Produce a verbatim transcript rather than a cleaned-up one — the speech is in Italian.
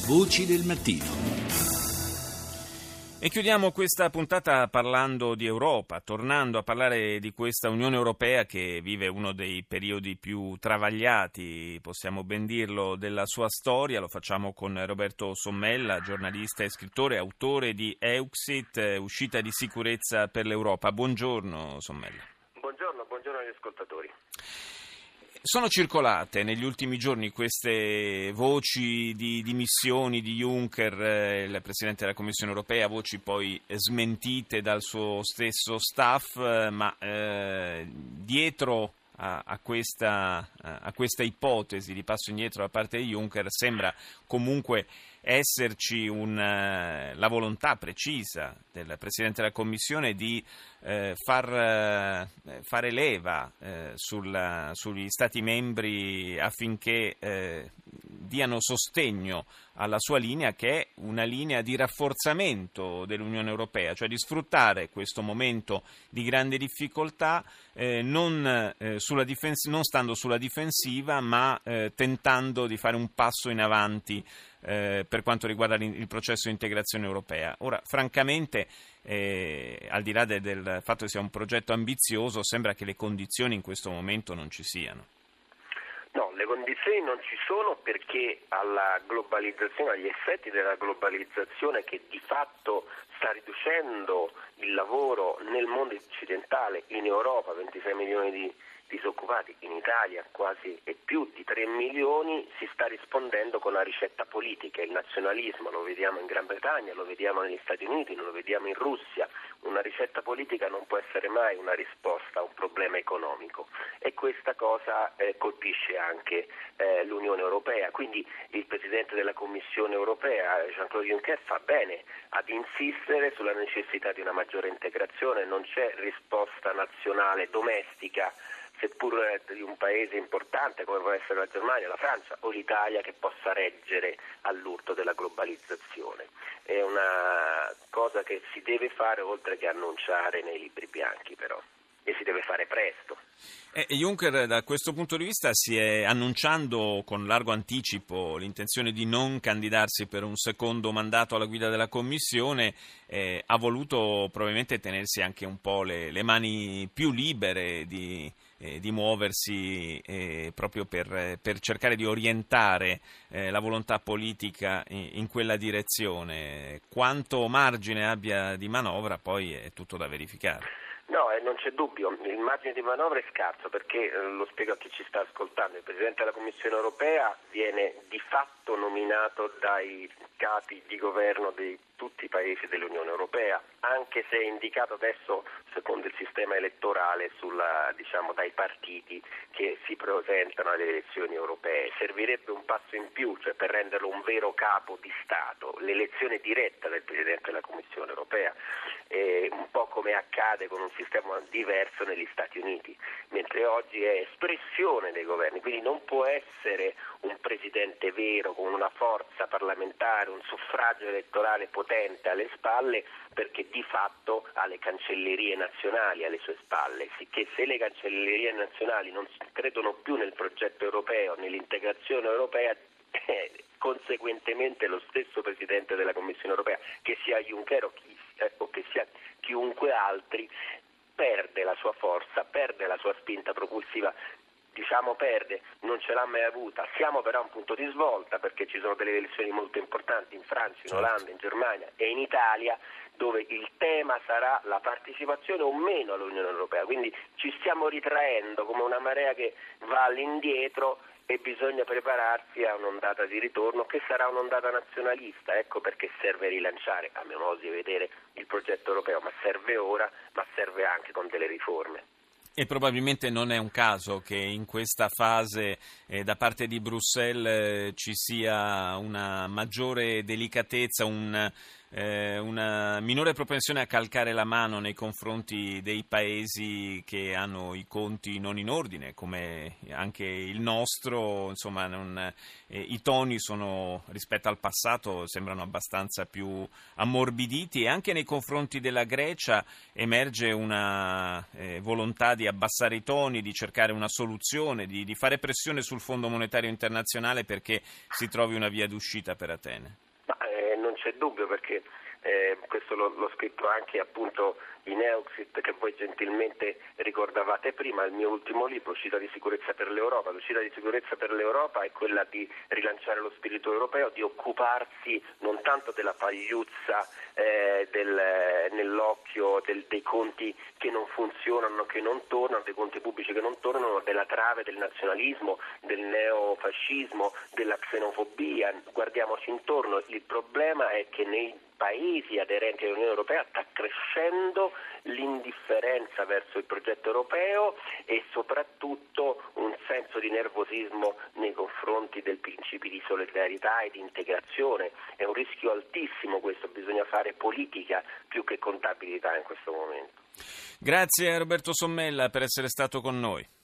Voci del mattino. E chiudiamo questa puntata parlando di Europa, tornando a parlare di questa Unione Europea che vive uno dei periodi più travagliati, possiamo ben dirlo, della sua storia. Lo facciamo con Roberto Sommella, giornalista e scrittore, autore di Euxit, uscita di sicurezza per l'Europa. Buongiorno Sommella. Buongiorno, buongiorno agli ascoltatori. Sono circolate negli ultimi giorni queste voci di dimissioni di Juncker, eh, il Presidente della Commissione Europea, voci poi smentite dal suo stesso staff, eh, ma eh, dietro a, a, questa, a questa ipotesi di passo indietro da parte di Juncker sembra comunque esserci un, uh, la volontà precisa del Presidente della Commissione di uh, far, uh, fare leva uh, sul, sugli Stati membri affinché uh, diano sostegno alla sua linea, che è una linea di rafforzamento dell'Unione Europea, cioè di sfruttare questo momento di grande difficoltà eh, non, eh, sulla difens- non stando sulla difensiva, ma eh, tentando di fare un passo in avanti eh, per quanto riguarda il processo di integrazione europea. Ora, francamente, eh, al di là de- del fatto che sia un progetto ambizioso, sembra che le condizioni in questo momento non ci siano. No, le condizioni non ci sono perché alla globalizzazione, agli effetti della globalizzazione che di fatto sta riducendo il lavoro nel mondo occidentale, in Europa ventisei milioni di disoccupati, in Italia quasi e più di tre milioni, si sta rispondendo con una ricetta politica, il nazionalismo, lo vediamo in Gran Bretagna, lo vediamo negli Stati Uniti, lo vediamo in Russia. Una ricetta politica non può essere mai una risposta a un problema economico e questa cosa eh, colpisce anche eh, l'Unione Europea, quindi il Presidente della Commissione Europea, Jean-Claude Juncker, fa bene ad insistere sulla necessità di una maggiore integrazione. Non c'è risposta nazionale domestica, seppur di un paese importante come può essere la Germania, la Francia o l'Italia, che possa reggere all'urto della globalizzazione. È una cosa che si deve fare oltre che annunciare nei libri bianchi, però, e si deve fare presto. Eh, Juncker da questo punto di vista si è annunciando con largo anticipo l'intenzione di non candidarsi per un secondo mandato alla guida della Commissione, eh, ha voluto probabilmente tenersi anche un po' le, le mani più libere di, eh, di muoversi eh, proprio per, per cercare di orientare eh, la volontà politica in, in quella direzione. Quanto margine abbia di manovra poi è tutto da verificare. No, eh, non c'è dubbio, il margine di manovra è scarso perché, eh, lo spiego a chi ci sta ascoltando, il Presidente della Commissione Europea viene di fatto nominato dai capi di governo di tutti i paesi dell'Unione Europea, anche se è indicato adesso secondo il sistema elettorale sulla, diciamo, dai partiti che si presentano alle elezioni europee. Servirebbe un passo in più, cioè per renderlo un vero capo di Stato, l'elezione diretta del Presidente della Commissione Europea, eh, un po' come accade con un sistema diverso negli Stati Uniti, mentre oggi è espressione dei governi, quindi non può essere un presidente vero con una forza parlamentare, un suffragio elettorale potente alle spalle, perché di fatto ha le cancellerie nazionali alle sue spalle, sicché se le cancellerie nazionali non credono più nel progetto europeo, nell'integrazione europea, eh, conseguentemente lo stesso Presidente della Commissione Europea, che sia Juncker o, chi, eh, o che sia chiunque altri, perde la sua forza, perde la sua spinta propulsiva. Diciamo perde, non ce l'ha mai avuta. Siamo però a un punto di svolta perché ci sono delle elezioni molto importanti in Francia, in Olanda, in Germania e in Italia, dove il tema sarà la partecipazione o meno all'Unione Europea. Quindi ci stiamo ritraendo come una marea che va all'indietro e bisogna prepararsi a un'ondata di ritorno che sarà un'ondata nazionalista. Ecco perché serve rilanciare, a mio modo di vedere, il progetto europeo, ma serve ora, ma serve anche con delle riforme. E probabilmente non è un caso che in questa fase eh, da parte di Bruxelles eh, ci sia una maggiore delicatezza, un, eh, una minore propensione a calcare la mano nei confronti dei paesi che hanno i conti non in ordine, come anche il nostro, insomma non, eh, i toni sono rispetto al passato sembrano abbastanza più ammorbiditi, e anche nei confronti della Grecia emerge una eh, volontà di abbassare i toni, di cercare una soluzione, di, di fare pressione sul Fondo Monetario Internazionale perché si trovi una via d'uscita per Atene. Ma, eh, non c'è dubbio, perché eh, questo l'ho, l'ho scritto anche appunto in Euxit, che voi gentilmente ricordavate prima, il mio ultimo libro, Uscita di sicurezza per l'Europa. L'uscita di sicurezza per l'Europa è quella di rilanciare lo spirito europeo, di occuparsi non tanto della pagliuzza eh, del, nell'occhio del, dei conti che non funzionano, che non tornano, dei conti pubblici che non tornano, della trave del nazionalismo, del neofascismo, della xenofobia. Guardiamoci intorno, il problema è che nei paesi aderenti all'Unione Europea sta crescendo l'indifferenza verso il progetto europeo e soprattutto un senso di nervosismo nei confronti del principio di solidarietà e di integrazione. È un rischio altissimo questo, bisogna fare politica più che contabilità in questo momento. Grazie a Roberto Sommella per essere stato con noi.